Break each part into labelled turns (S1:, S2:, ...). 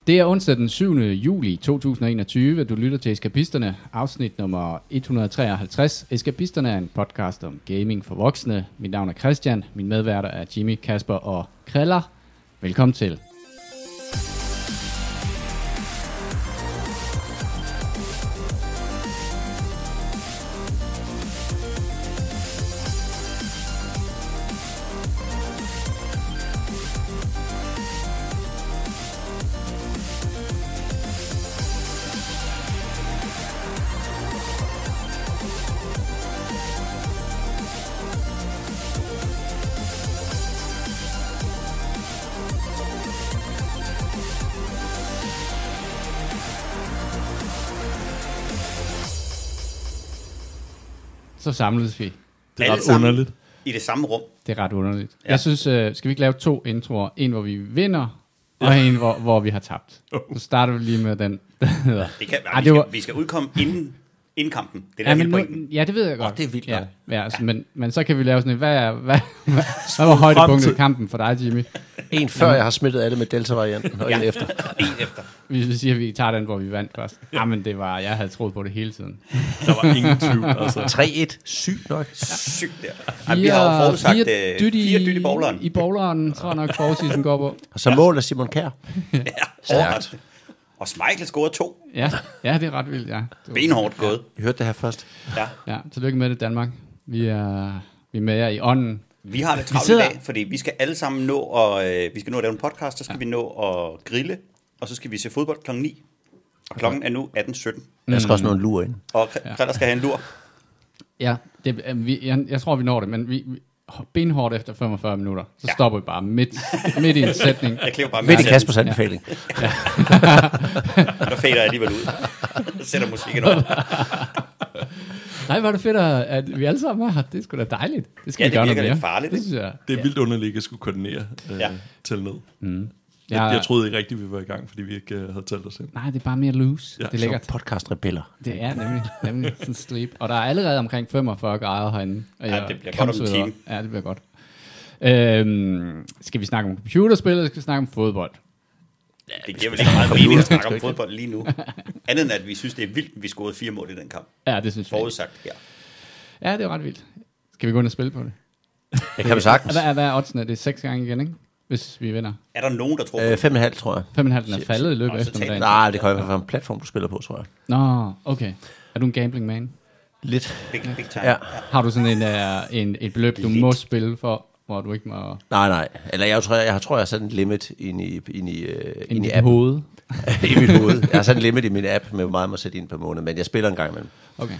S1: Det er onsdag den 7. juli 2021. Du lytter til Eskapisterne, afsnit nummer 153. Eskapisterne er en podcast om gaming for voksne. Mit navn er Christian, min medværter er Jimmy, Kasper og Kreller. Velkommen til. Så samles vi.
S2: Det er ret underligt. I det samme rum.
S1: Det er ret underligt. Ja. Jeg synes, skal vi ikke lave 2 introer? En, hvor vi vinder, og en, hvor vi har tabt. Så starter vi lige med den.
S2: Vi skal udkomme inden kampen. Det er hele pointen.
S1: Ja, det ved jeg godt.
S2: Det er vildt.
S1: Ja, altså, men så kan vi lave sådan en, hvad var højdepunktet i kampen for dig, Jimmy?
S3: En før jeg har smittet alle med Delta-varianten, og en efter.
S2: En efter.
S1: Vi siger, at vi tager den, hvor vi vandt først. Jamen, jeg havde troet på det hele tiden.
S4: Der var ingen tvivl. Altså.
S3: 3-1. Sygt nok.
S2: Sygt der. Vi har jo forudsagt 4 dyt i bowleren.
S1: I bowleren, tror jeg nok, forudsigelsen går på.
S3: Og så mål af Simon Kjær.
S2: Stærkt. Og Schmeichel scorede 2.
S1: Ja, det er ret vildt, ja.
S2: Benhårdt gået.
S3: I hørte det her først.
S1: Ja, tillykke med det, Danmark. Vi er med jer i ånden.
S2: Vi har det travlt i dag, fordi vi skal alle sammen nå at lave en podcast, så skal vi nå at grille, og så skal vi se fodbold kl. 9. Og klokken er nu 18:17.
S3: Jeg skal også nå en lur ind.
S2: Og Kreller skal have en lur.
S1: Ja, jeg tror, vi når det, men vi benhårdt efter 45 minutter. Så stopper vi bare midt i en sætning.
S2: Jeg kliver bare
S3: midt i Kaspers anbefaling.
S2: Ja. Der fader jeg alligevel ud. Sætter musikken op.
S1: Nej, var det fedt, at vi alle sammen er her. Det er sgu da dejligt. Det skal vi gøre noget mere.
S2: Det virker lidt farligt.
S1: Det synes jeg.
S4: Det er vildt underligt, at jeg skulle koordinere til ned. Mm. Jeg troede ikke rigtigt, vi var i gang, fordi vi ikke havde talt os ind.
S1: Nej, det er bare mere loose.
S3: Ja.
S1: Det er lækkert.
S3: Podcast-rebeller.
S1: Det er nemlig sådan en strip. Og der er allerede omkring 45 grader herinde.
S2: Ja, det bliver godt om en time.
S1: Ja, det bliver godt. Skal vi snakke om computerspil, eller skal vi snakke om fodbold?
S2: Det giver vel ikke meget mening at snakke om fodbold lige nu. Andet end at vi synes, det er vildt, at vi scorede 4 mål i den kamp.
S1: Ja, det synes vi.
S2: Forudsagt,
S1: Ja, det er ret vildt. Skal vi gå ind og spille på det?
S3: Det kan vi sagtens.
S1: Hvad er oddsene? Det er 6 gange igen, ikke? Hvis vi vinder.
S2: Er der nogen, der tror på
S3: 5,5, tror jeg.
S1: 5,5 er faldet i løbet af eftermiddagen.
S3: Nej, det kan være en platform, du spiller på, tror jeg.
S1: Nå, okay. Er du en gambling man?
S3: Lidt.
S2: Big time.
S3: Ja.
S1: Har du sådan et beløb, du må spille for, hvor du ikke må...
S3: Nej. Eller jeg tror, jeg har sat en limit ind i appen.
S1: Hoved.
S3: I mit hoved. Jeg har sat en limit i min app med, hvor meget jeg må sætte ind per måned, men jeg spiller en gang imellem.
S1: Okay.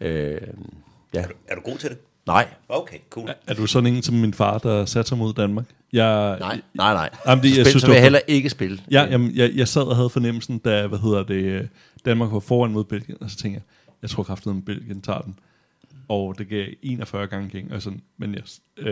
S3: Ja.
S2: Er du god til det?
S3: Nej.
S2: Okay, cool.
S4: Er du sådan en som min far, der satte sig mod Danmark?
S3: Nej.
S4: Jamen,
S3: jeg synes, vil jeg heller ikke spille.
S4: Jeg sad og havde fornemmelsen, da Danmark var foran mod Belgien, og så tænkte jeg tror kraftigt, at Belgien tager den. Og det gav 41 gange gæng, og sådan, men jeg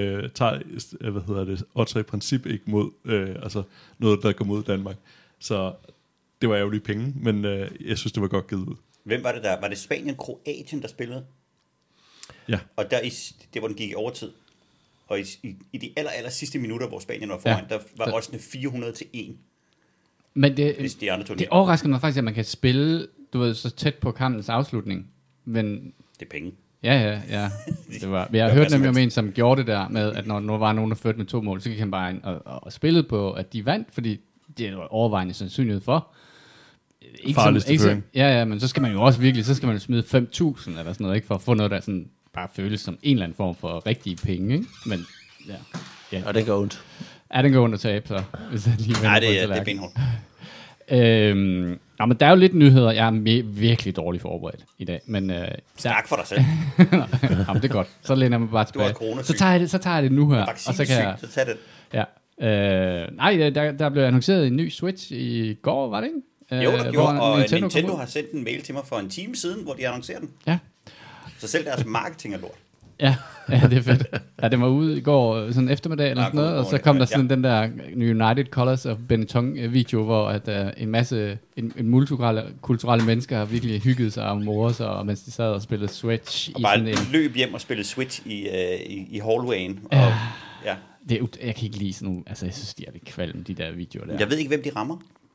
S4: tager, odds i princip ikke mod, noget, der går mod Danmark. Så det var ærgerlige penge, men jeg synes, det var godt givet ud.
S2: Hvem var det der? Var det Spanien-Kroatien, der spillede?
S4: Ja.
S2: Og det var den gik i overtid. Og i de aller sidste minutter, hvor Spanien var foran, der var oddsene 400-1.
S1: Men det overrasker mig faktisk, at man kan spille, du ved, så tæt på kampens afslutning. Men
S2: det er penge.
S1: Ja. Jeg har hørt nemlig om en, som gjorde det der med, at når nu var nogen, der førte med 2 mål, så gik han bare ind og spillede på, at de vandt, fordi det var overvejende sandsynlighed for.
S4: Farligste føring.
S1: Ja, men så skal man jo også virkelig, så skal man jo smide 5.000 eller sådan noget, ikke, for at få noget, der sådan bare føles som en eller anden form for rigtige penge, ikke? Men ja.
S3: Og det går ondt.
S1: Ja, den går ondt at tabe, så. Hvis lige
S2: nej, det er benhårdt.
S1: Men der er jo lidt nyheder. Jeg er virkelig dårligt forberedt i dag. Men,
S2: snak for dig selv.
S1: Jamen, det er godt. Så læner jeg mig bare tilbage. Så tager jeg det nu her.
S2: Og så kan jeg... Så tag det.
S1: Ja. Der blev annonceret en ny Switch i går, var det ikke?
S2: Jo, der gjorde, og Nintendo har sendt en mail til mig for en time siden, hvor de annoncerer den.
S1: Ja.
S2: Så selv deres marketing er lort.
S1: Ja, det er fedt. Ja, det var ude i går sådan eftermiddag eller sådan noget, og så kom der sådan den der United Colors of Benetton-video, hvor at en masse multikulturelle mennesker har virkelig hygget sig og moret sig, og mens de sad og spillede Switch.
S2: Og bare løb hjem og spillede Switch i hallwayen.
S1: Ja.
S2: Og,
S1: jeg kan ikke lide sådan nogle, altså jeg synes, de er lidt kvalm, de der videoer der.
S2: Jeg ved ikke, hvem de rammer.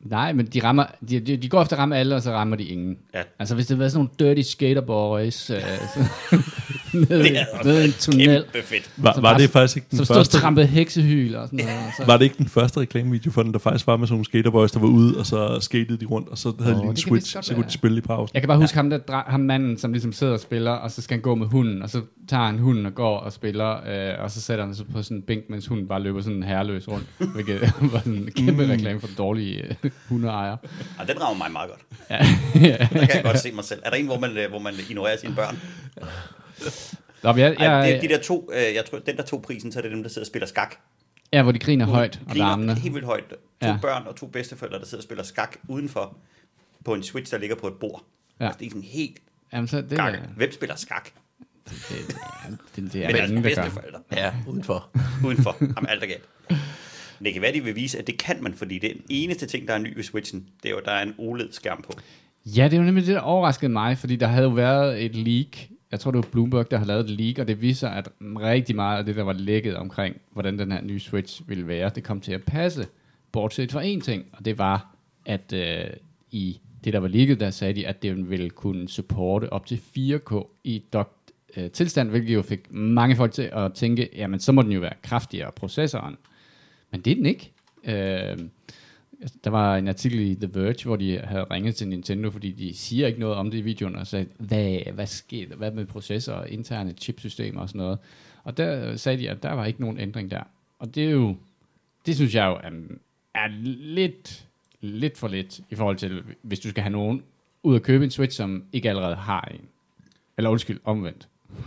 S1: Nej, men de rammer, de går efter at ramme alle, og så rammer de ingen.
S2: Ja.
S1: Altså, hvis det var sådan nogle dirty skater boys, nede i en tunnel,
S2: fedt.
S4: Var det faktisk ikke den
S1: som stod
S4: første?
S1: og trampede heksehyl og sådan noget. Så.
S4: Var det ikke den første reklamevideo for den, der faktisk var med sådan nogle skaterboys, der var ude, og så skatede de rundt, og så havde de lige en
S1: det kan vist
S4: switch,
S1: godt
S4: så kunne
S1: være.
S4: de spille i pausen.
S1: Jeg kan bare huske ham manden, som ligesom sidder og spiller, og så skal han gå med hunden, og så tager han hunden og går og spiller, og så sætter han sig på sådan en bænk, mens hunden bare løber sådan herreløs rundt, hvilket var sådan en kæmpe reklame for dårlige hundeejere.
S2: Og den rammer mig meget godt.
S1: Ja.
S2: Der kan jeg godt se mig selv. Er der en, hvor man ignorerer sine børn?
S1: Nå,
S2: De der to, jeg tror, den der tog prisen, så er det dem, der sidder og spiller skak.
S1: Ja, hvor de griner højt og larmende.
S2: Helt vildt højt. To
S1: Ja.
S2: børn og to bedsteforældre, der sidder og spiller skak udenfor på en switch, der ligger på et bord.
S1: Ja.
S2: Altså, det er sådan helt
S1: Jamen, så det,
S2: gakke. Hvem spiller skak?
S1: det er
S2: Men altså
S1: ingen, der gør.
S2: bedsteforældre.
S3: Ja, udenfor.
S2: Udenfor. Jamen, alt er galt. Men det kan være, de vil vise, at det kan man, fordi det eneste ting, der er ny ved Switchen, det er jo, at der er en OLED-skærm på.
S1: Ja, det er jo nemlig det, der overraskede mig, fordi der havde jo været et leak. Jeg tror, det var Bloomberg, der havde lavet et leak, og det viser, at rigtig meget af det, der var lækket omkring, hvordan den her nye Switch ville være, det kom til at passe, bortset fra én ting, og det var, at i det, der var leaket, der sagde de, at det ville kunne supporte op til 4K i docked tilstand, hvilket jo fik mange folk til at tænke, jamen så må den jo være kraftigere, processoren. Men det er den ikke. Der var en artikel i The Verge, hvor de havde ringet til Nintendo, fordi de siger ikke noget om det i videoen, og sagde, hvad sker, hvad med processorer, interne chipsystemer og sådan noget. Og der sagde de, at der var ikke nogen ændring der. Og det er jo, det synes jeg jo er lidt for lidt i forhold til, hvis du skal have nogen ud at købe en Switch, som ikke allerede har en. Eller undskyld, omvendt.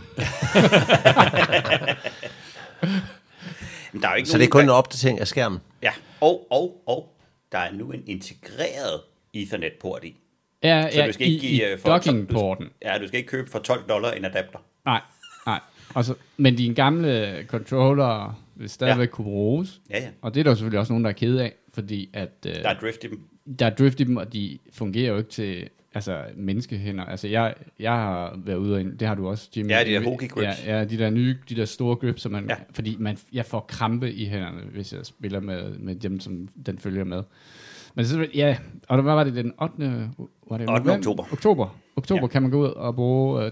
S2: Men der er jo ikke
S3: Så det er kun en opdatering af skærmen?
S2: Ja, og der er nu en integreret Ethernet-port i.
S1: Ja,
S2: Så du skal ikke give
S1: i dockingporten.
S2: Ja, du skal ikke købe for $12 en adapter.
S1: Nej. Altså, men dine gamle controller vil stadigvæk kunne bruges.
S2: Ja.
S1: Og det er der selvfølgelig også nogen, der er kede af, fordi at
S2: Der er drift i dem.
S1: der er drift i dem, og de fungerer jo ikke til menneskehænder. Altså, jeg har været ude og det har du også, Jimmy.
S2: Ja, de der hockey grips.
S1: Ja, de der store grips, som fordi jeg får krampe i hænderne, hvis jeg spiller med dem, som den følger med. Men så, ja, og hvad var det, den 8. Oktober kan man gå ud og bruge $350,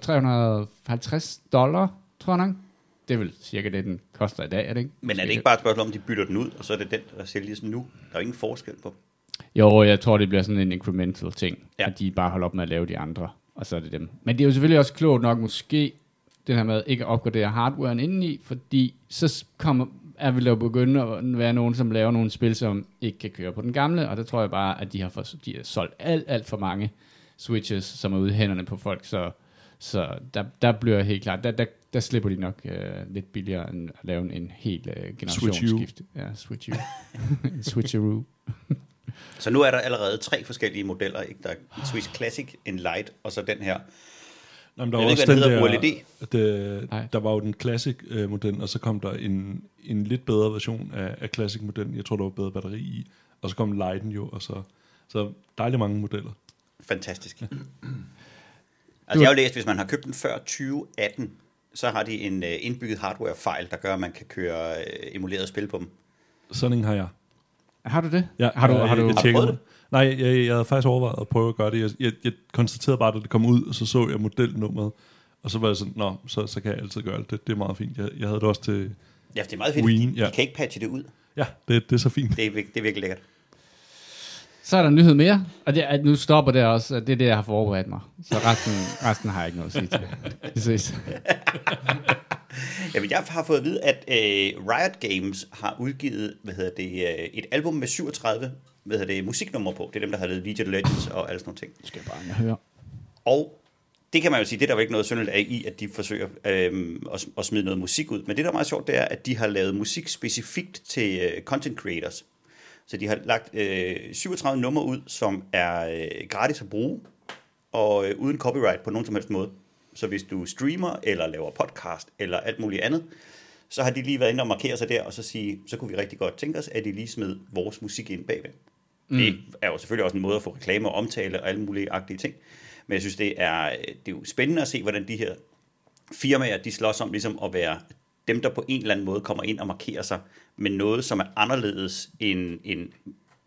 S1: tror jeg nok. Det er vel cirka det, den koster i dag, er det ikke?
S2: Men er det ikke bare et spørgsmål om, de bytter den ud, og så er det den, der sælges nu? Der er jo ingen forskel på.
S1: Jo, jeg tror, det bliver sådan en incremental ting,
S2: at
S1: de bare holder op med at lave de andre, og så er det dem. Men det er jo selvfølgelig også klogt nok måske, den her med ikke at opgradere hardwaren indeni, fordi så vil der jo begynde at være nogen, som laver nogle spil, som ikke kan køre på den gamle, og der tror jeg bare, at de har solgt alt for mange Switches, som er ude i hænderne på folk, så der bliver helt klart, der slipper de nok lidt billigere end at lave en hel generationsskifte. Ja, en switcheroo.
S2: Så nu er der allerede 3 forskellige modeller, ikke? Der er en Switch Classic, en Lite, og så den her.
S4: Jamen, der
S2: jeg
S4: var
S2: ved
S4: også
S2: ikke,
S4: den
S2: OLED.
S4: Der var jo den Classic-model, og så kom der en lidt bedre version af Classic-modellen. Jeg tror, der var bedre batteri i. Og så kom Lite'en jo, og så dejligt mange modeller.
S2: Fantastisk. Altså, jeg har jo læst, hvis man har købt den før 2018, så har de en indbygget hardware-fejl, der gør, at man kan køre emuleret spil på dem.
S4: Sådan en har jeg.
S1: Har du det?
S4: Ja,
S1: har du
S2: prøvet det?
S4: Nej, jeg havde faktisk overvejet at prøve at gøre det. Jeg konstaterede bare, da det kom ud, og så jeg modelnummeret. Og så var jeg sådan, så kan jeg altid gøre det. Det er meget fint. Jeg havde det også til
S2: Ja, det er meget fedt.
S4: Wii,
S2: De kan ikke patche det ud.
S4: Ja, det er så fint.
S2: Det er virkelig lækkert.
S1: Så er der en nyhed mere, og det er, nu stopper det også. Det er det, jeg har forberedt mig. Så resten har jeg ikke noget at sige til. Vi ses.
S2: Jamen, jeg har fået at vide, at Riot Games har udgivet et album med 37 musiknumre på. Det er dem, der har lavet League of Legends og alle sådan nogle ting.
S1: Det skal jeg bare høre.
S2: Og det kan man jo sige, det er der jo ikke noget synligt af i, at de forsøger at smide noget musik ud. Men det, der er meget sjovt, det er, at de har lavet musik specifikt til content creators. Så de har lagt 37 numre ud, som er gratis at bruge, og uden copyright på nogen som helst måde. Så hvis du streamer, eller laver podcast, eller alt muligt andet, så har de lige været inde og markere sig der, og så sige, så kunne vi rigtig godt tænke os, at de lige smed vores musik ind bagved. Det er jo selvfølgelig også en måde at få reklame og omtale og alle mulige agtige ting. Men jeg synes, det er jo spændende at se, hvordan de her firmaer, de slås om ligesom at være dem, der på en eller anden måde kommer ind og markerer sig med noget, som er anderledes end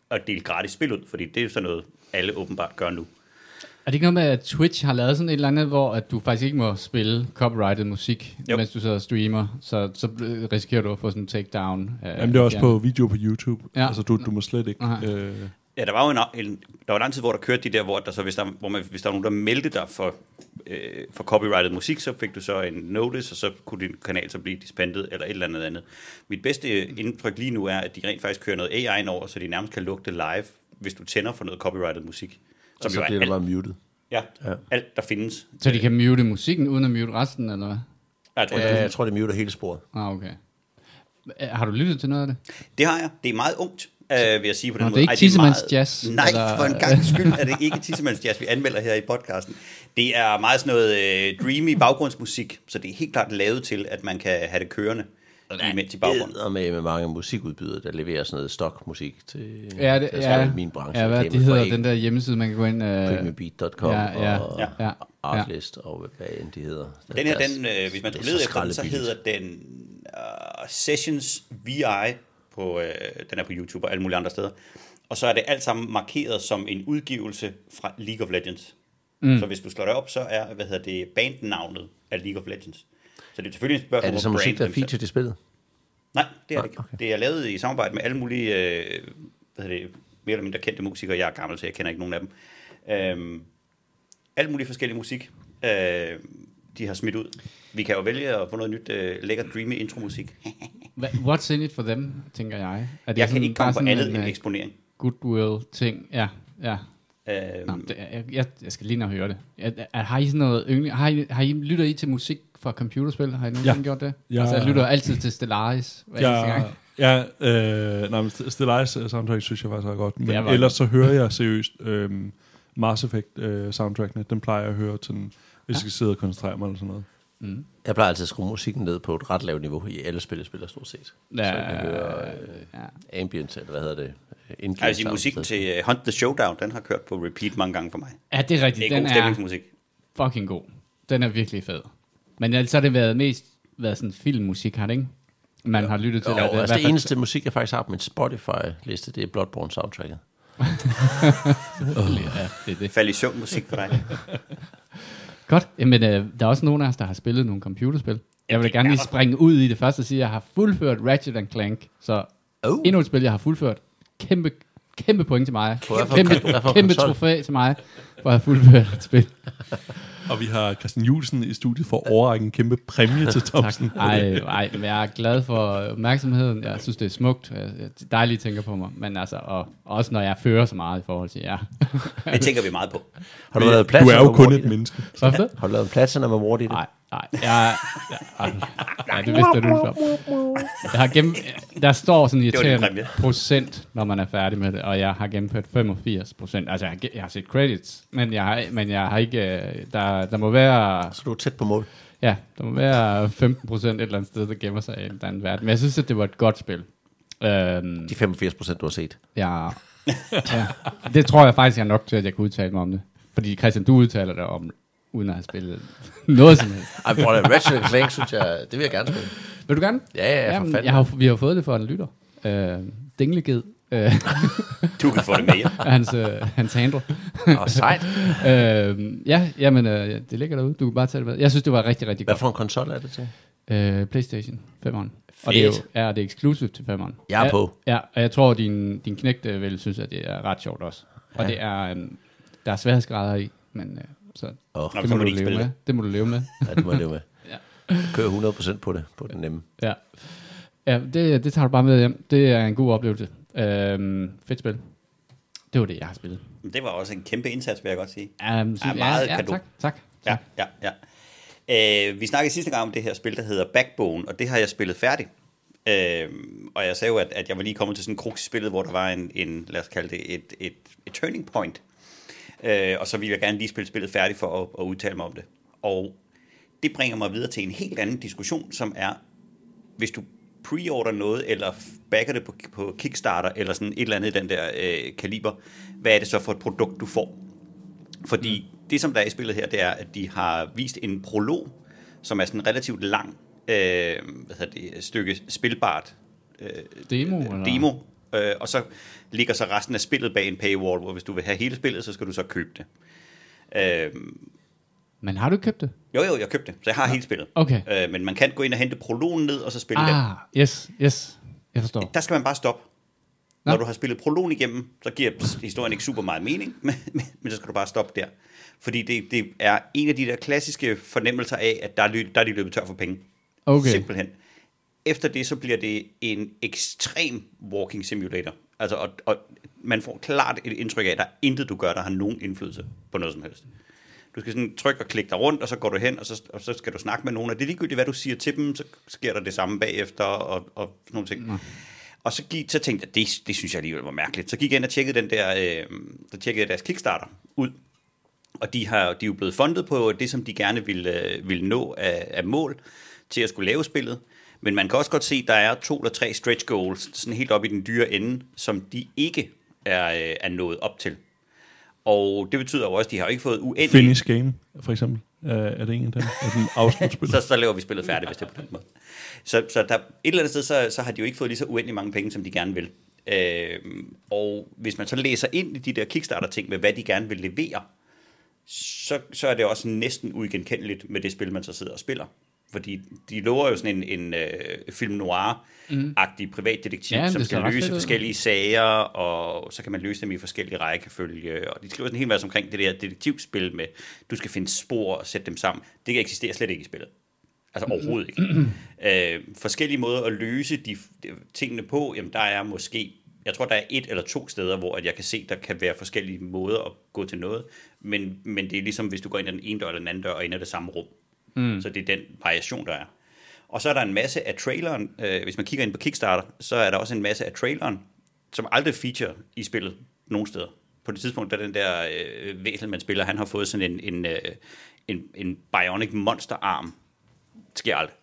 S2: at dele gratis spil ud, fordi det er jo sådan noget, alle åbenbart gør nu.
S1: Er det ikke noget med, at Twitch har lavet sådan et eller andet, hvor at du faktisk ikke må spille copyrighted musik, mens du sidder og streamer, så risikerer du at få sådan en takedown?
S4: Jamen det er også på video på YouTube. Ja. Altså du må slet ikke...
S2: Ja, der var jo der var en tid, hvor der kørte de der, hvor der så, hvis der var nogen, der meldte dig for copyrighted musik, så fik du så en notice, og så kunne din kanal så blive disbandet, eller et eller andet. Mit bedste indtryk lige nu er, at de rent faktisk kører noget AI ind over, så de nærmest kan lukke det live, hvis du tænder for noget copyrighted musik.
S3: Og så bliver det bare muted.
S2: Ja, alt der findes.
S1: Så de kan mute musikken, uden at mute resten, eller hvad?
S3: Jeg tror, det muter hele sporet.
S1: Okay. Har du lyttet til noget af det?
S2: Det har jeg. Det er meget ungt, vil jeg sige på den måde.
S1: Det er ikke tissemands jazz?
S2: Nej, for en gang skyld er det ikke tissemands jazz, vi anmelder her i podcasten. Det er meget sådan noget dreamy baggrundsmusik, så det er helt klart lavet til, at man kan have det kørende imens i baggrunden.
S3: Og med mange musikudbydere, der leverer sådan noget stokmusik til min branche.
S1: Ja, hvad det hedder den der hjemmeside, man kan gå ind...
S3: Premiumbeat.com og Artlist og hvad end de hedder.
S2: Den her, hvis man skulle lede efter den, så hedder den Sessions VI, den er på YouTube og alle mulige andre steder. Og så er det alt sammen markeret som en udgivelse fra League of Legends. Så hvis du slår det op, så er, bandnavnet af League of Legends. Så det er selvfølgelig et spørgsmål.
S3: Er det så musik, der er featured i spillet?
S2: Nej, det er det ikke. Okay. Det er lavet i samarbejde med alle mulige, mere eller mindre kendte musikere. Jeg er gammel, så jeg kender ikke nogen af dem. Alle mulige forskellige musik, de har smidt ud. Vi kan jo vælge at få noget nyt, lækker dreamy intromusik.
S1: What's in it for them, tænker jeg? Er det
S2: jeg kan ikke komme på andet end eksponering.
S1: Goodwill-ting, ja. Jeg skal lige nå høre det. Har I sådan noget yndling? Lytter I til musik fra computerspil? Har I nogensinde gjort det? Altså, jeg lytter altid til Stellaris.
S4: Stellaris soundtrack synes jeg faktisk er godt. Men ellers så hører jeg seriøst Mass Effect soundtrackene. Den plejer jeg at høre til, hvis jeg skal sidde og koncentrere mig eller sådan noget.
S3: Jeg plejer altid at skrue musikken ned på et ret lavt niveau i alle spiller stort set. Så jeg kan høre ambient, eller hvad hedder det?
S2: Altså musikken til Hunt the Showdown, den har kørt på repeat mange gange for mig.
S1: Ja, det er rigtigt.
S2: Det er god stemningsmusik.
S1: Fucking god. Den er virkelig fed. Men så har det været sådan filmmusik, har det ikke? Man har lyttet til det.
S3: Altså det eneste musik, jeg faktisk har på min Spotify-liste, det er Bloodborne soundtracket.
S2: Det faldt i søvn musik for dig.
S1: Godt. Jamen, der er også nogen af os, der har spillet nogle computerspil. Jeg vil gerne lige springe ud i det første og sige, at jeg har fuldført Ratchet & Clank. Så endnu et spil, jeg har fuldført. Kæmpe point til mig. Kæmpe trofæ til mig, for at have fuldført et spil.
S4: Og vi har Christian Juelsen i studiet for at overrække en kæmpe præmie til Thomsen.
S1: Ej, men jeg er glad for opmærksomheden. Jeg synes, det er smukt. Det er dejligt, at tænker på mig. Men altså, og også når jeg fører så meget i forhold til jer.
S2: Det tænker vi meget på.
S3: Har du lavet
S4: du er jo kun et menneske.
S3: Har du lavet Platinum Award i det?
S1: Nej, det vidste du før. Jeg har der står sådan irriterende procent, når man er færdig med det, og jeg har gennemført 85%. Altså, jeg har set credits, men jeg har ikke... Der må være...
S3: Så du er tæt på mål?
S1: Ja, der må være 15% et eller andet sted, der gemmer sig i en eller anden verden. Men jeg synes, at det var et godt spil.
S3: De 85%, du har set?
S1: Ja. Det tror jeg faktisk er nok til, at jeg kan udtale mig om det. Fordi Christian, du udtaler dig om uden at have spillet noget som helst.
S3: Ej, bror, Ratchet & Clank, synes jeg, det vil jeg gerne spille.
S1: Vil du gerne?
S3: Ja, for fanden.
S1: Vi har fået det for en lytter. Dingleged.
S2: Du kan få det med hjem.
S1: Hans handle.
S3: Sejt.
S1: Det ligger derude. Du kan bare tage det med. Jeg synes, det var rigtig, rigtig godt.
S3: Hvad for en konsol er det til?
S1: PlayStation 5'eren. Og det er det exclusive til 5'eren.
S3: Jeg er på.
S1: Ja, og jeg tror, din knægt vil synes, at det er ret sjovt også. Og det er, der er sværhedsgrader i, men så det må du leve med. Det må du leve med.
S3: Ja, det må jeg leve med. Kører 100% på det, på den nemme.
S1: Ja, det tager du bare med hjem. Det er en god oplevelse. Fedt spil. Det var det, jeg har spillet.
S2: Det var også en kæmpe indsats, vil jeg godt sige.
S1: Tak.
S2: Ja. Vi snakkede sidste gang om det her spil, der hedder Backbone, og det har jeg spillet færdigt. Og jeg sagde jo, at jeg var lige kommet til sådan en krux i spillet, hvor der var en lad os kalde det, et turning point. Og så ville jeg gerne lige spille spillet færdigt for at udtale mig om det. Og det bringer mig videre til en helt anden diskussion, som er, hvis du pre-order noget, eller backer det på Kickstarter, eller sådan et eller andet i den der kaliber, hvad er det så for et produkt, du får? Fordi det, som der er i spillet her, det er, at de har vist en prolog, som er sådan en relativt lang stykke spilbart
S1: demo,
S2: og så ligger så resten af spillet bag en paywall, hvor hvis du vil have hele spillet, så skal du så købe det.
S1: Men har du købt det?
S2: Jo, jeg købte det, så jeg har hele spillet.
S1: Okay.
S2: Men man kan gå ind og hente prologen ned, og så spille den.
S1: Yes, jeg forstår.
S2: Der skal man bare stoppe. Når du har spillet prologen igennem, så giver historien ikke super meget mening, men så skal du bare stoppe der. Fordi det er en af de der klassiske fornemmelser af, at der er de løbet tør for penge.
S1: Okay.
S2: Simpelthen. Efter det, så bliver det en ekstrem walking simulator. Altså, og man får klart et indtryk af, at der er intet, du gør, der har nogen indflydelse på noget som helst. Du skal sådan trykke og klikke dig rundt, og så går du hen, og så skal du snakke med nogen, og det er ligegyldigt, hvad du siger til dem, så sker der det samme bagefter, og sådan nogle ting. Og så tænkte jeg, det synes jeg alligevel var mærkeligt. Så gik jeg ind og tjekkede deres Kickstarter ud, og de er jo blevet fundet på det, som de gerne ville nå af mål til at skulle lave spillet. Men man kan også godt se, at der er 2 eller 3 stretch goals, sådan helt op i den dyre ende, som de ikke er nået op til. Og det betyder jo også, at de har ikke fået uendeligt...
S4: Finish game, for eksempel. Er det en af dem?
S2: Så laver vi spillet færdigt, hvis det er på den måde. Så der, et eller andet sted, så har de jo ikke fået lige så uendelig mange penge, som de gerne vil. Og hvis man så læser ind i de der Kickstarter-ting med, hvad de gerne vil levere, så er det også næsten uigenkendeligt med det spil, man så sidder og spiller. Fordi de lover jo sådan en film noir-agtig privatdetektiv, som skal løse forskellige sager, og så kan man løse dem i forskellige rækkefølge. Og de skriver sådan en hel masse omkring det der detektivspil med, du skal finde spor og sætte dem sammen. Det kan eksistere slet ikke i spillet. Altså overhovedet ikke. Forskellige måder at løse de tingene på, jamen der er måske, jeg tror der er 1 eller 2 steder, hvor jeg kan se, der kan være forskellige måder at gå til noget, men det er ligesom, hvis du går ind ad den ene dør eller den anden dør, og ind ad det samme rum. Så det er den variation, der er. Og så er der en masse af traileren, hvis man kigger ind på Kickstarter, så er der også en masse af traileren, som aldrig feature i spillet nogen steder. På det tidspunkt, da den der væsel, man spiller, han har fået sådan en bionic monsterarm, det sker aldrig.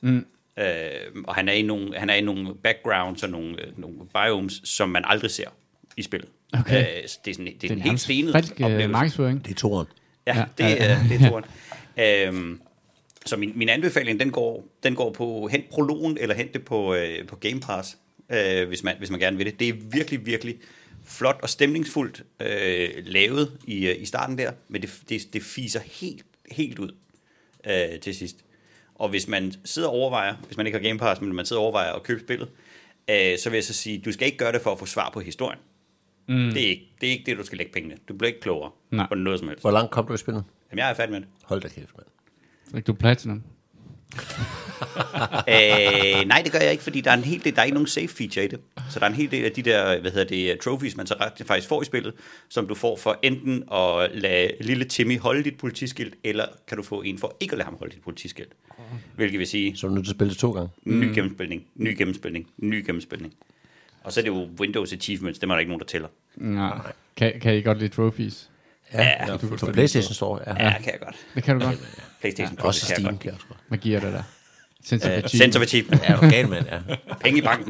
S2: Og han er i nogle backgrounds og nogle biomes, som man aldrig ser i spillet.
S1: Okay.
S2: Det er en helt stenet
S1: oplevelse. Markedsføring.
S3: Det er toren.
S2: Ja, det er toren. Så min anbefaling, den går på hent prologen, eller hent det på Game Pass, hvis man gerne vil det. Det er virkelig, virkelig flot og stemningsfuldt lavet i starten der, men det fiser helt ud til sidst. Og hvis man sidder og overvejer, hvis man ikke har Game Pass, men man sidder og overvejer at købe spillet, så vil jeg så sige, du skal ikke gøre det for at få svar på historien. Det er ikke det, du skal lægge pengene. Du bliver ikke klogere på noget som helst.
S3: Hvor langt kom du i spillet?
S2: Jamen, jeg er færdig med det.
S3: Hold da kæft, mand.
S1: Fik du platinum?
S2: Nej, det gør jeg ikke, fordi der er ikke nogen save feature i det. Så der er en hel del af de der, trophies, man så faktisk får i spillet, som du får for enten at lade lille Timmy holde dit politiskilt, eller kan du få en for ikke at lade ham holde dit politiskilt. Hvilket vil sige...
S3: Så er du nødt til at spille det 2 gange?
S2: Ny gennemspilning. Og så er det jo Windows Achievements, dem er der ikke nogen, der tæller.
S1: Nej. Kan I godt lide trophies?
S3: Ja, på PlayStation Store.
S2: Ja, kan jeg godt.
S1: Det kan du godt.
S2: PlayStation
S3: også Steam kan jeg også godt.
S1: Hvad giver det der?
S2: Sense of Achievement.
S3: Ja, du gal, mand, ja.
S2: Penge i banken.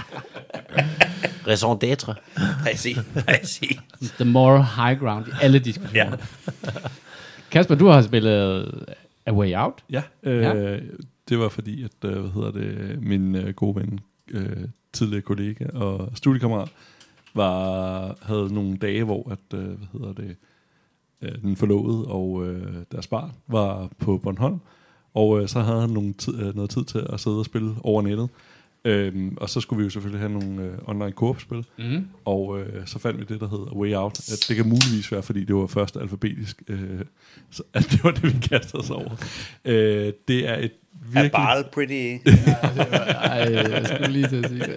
S3: Raison d'être.
S2: Præcis.
S1: The moral high ground i alle diskussioner. Ja. Kasper, du har spillet A Way Out.
S4: Ja, det var fordi, at min gode ven, tidligere kollega og studiekammerat, havde nogle dage, hvor at, den forlovede og deres barn var på Bornholm, og så havde han noget tid til at sidde og spille over nettet. Og så skulle vi jo selvfølgelig have nogle online co-op-spil, og så fandt vi det, der hedder Way Out. Det kan muligvis være, fordi det var først alfabetisk, så at det var det, vi kastede os over. Det er et virkelig...
S2: Er Barl pretty?
S1: Jeg skulle lige til at sige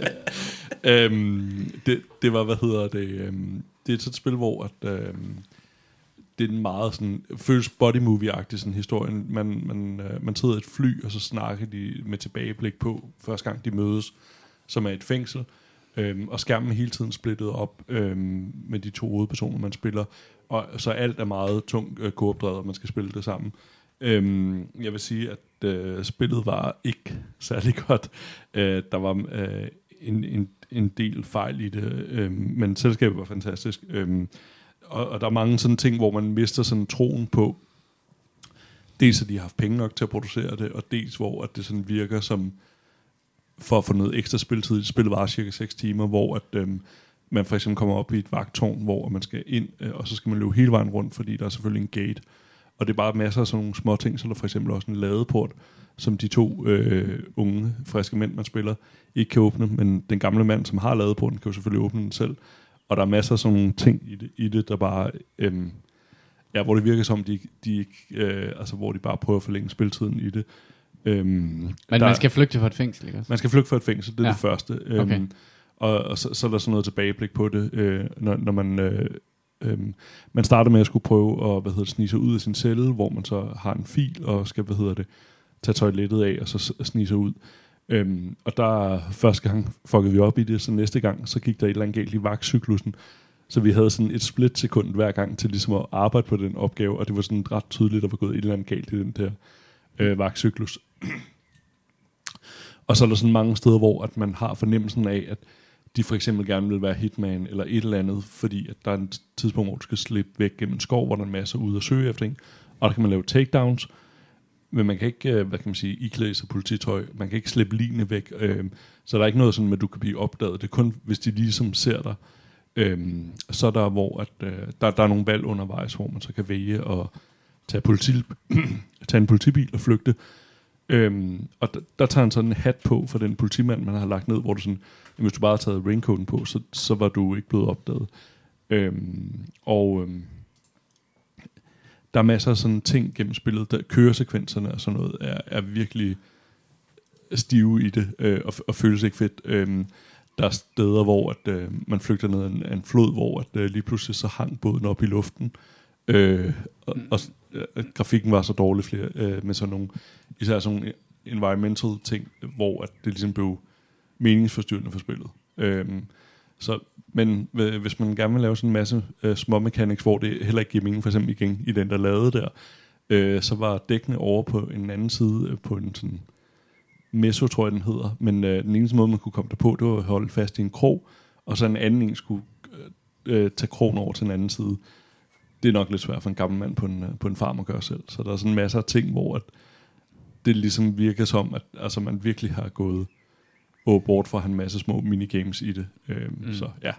S1: det.
S4: Det var, det er et spil, hvor at, det er en meget sådan, føles body movie-agtig sådan historien. Man sidder i et fly, og så snakker de med tilbageblik på første gang de mødes, som er et fængsel, og skærmen er hele tiden splittet op med de 2 hovedpersoner, man spiller, og så alt er meget tungt koopdrevet, og man skal spille det sammen. Jeg vil sige, at spillet var ikke særlig godt. Der var en del fejl i det, men selskabet var fantastisk. Og der er mange sådan ting, hvor man mister sådan troen på, dels at de har haft penge nok til at producere det, og dels hvor at det sådan virker som for at få noget ekstra spilletid. Spillet var cirka 6 timer, hvor at, man for eksempel kommer op i et vagttårn, hvor man skal ind, og så skal man løbe hele vejen rundt, fordi der er selvfølgelig en gate. Og det er bare masser af sådan nogle små ting, så der for eksempel også en ladeport, som de 2 unge, friske mænd, man spiller, ikke kan åbne, men den gamle mand, som har ladeporten, kan jo selvfølgelig åbne den selv. Og der er masser af sådan nogle ting i det der bare... hvor det virker som, de ikke... hvor de bare prøver at forlænge spiltiden i det.
S1: Men man skal flygte fra et fængsel, ikke også?
S4: Man skal flygte fra et fængsel, det er det første.
S1: Okay.
S4: Og så er der sådan noget tilbageblik på det, når man... man starter med at skulle prøve at snige sig ud af sin celle, hvor man så har en fil og skal tage toilettet af og så snige sig ud. Og der første gang fuckede vi op i det, så næste gang så gik der et eller andet galt i vagtcyklusen. Så vi havde sådan et splitsekund hver gang til ligesom at arbejde på den opgave, og det var sådan ret tydeligt, at der var gået et eller andet galt i den der vagtcyklus. Og så er der sådan mange steder, hvor at man har fornemmelsen af, at de for eksempel gerne vil være hitman eller et eller andet, fordi at der er et tidspunkt, hvor du skal slippe væk gennem en skov, hvor der er en masse ude og søge efter en, og der kan man lave takedowns, men man kan ikke, iklæde sig polititøj, man kan ikke slippe ligene væk, så der er ikke noget sådan, at du kan blive opdaget, det er kun, hvis de ligesom ser dig, så er der, hvor at, der er nogle valg undervejs, hvor man så kan vælge at tage en politibil og flygte, og der tager han sådan en hat på for den politimand, man har lagt ned, hvor du sådan, hvis du bare har taget raincoaten på, så var du ikke blevet opdaget. Der er masser af sådan ting gennem spillet, der køresekvenserne og sådan noget er virkelig stive i det, og føles ikke fedt. Der er steder, hvor at, man flygter ned af en flod, hvor at, lige pludselig så hang båden op i luften, og grafikken var så dårlig med sådan nogle, især sådan nogle environmental ting, hvor at det ligesom blev meningsforstyrrende for spillet. Men hvis man gerne vil lave sådan en masse små mechanics, hvor det heller ikke giver mening, for eksempel igen i den der lavede der, så var dækkene over på en anden side, på en sådan meso, tror jeg den hedder, men den eneste måde, man kunne komme derpå, det var at holde fast i en krog, og så en anden en skulle tage krogen over til den anden side. Det er nok lidt svært for en gammel mand på en farm at gøre selv. Så der er sådan masser af ting, hvor at det ligesom virker som, at altså, man virkelig har gået bort fra en masse små minigames i det. Så ja.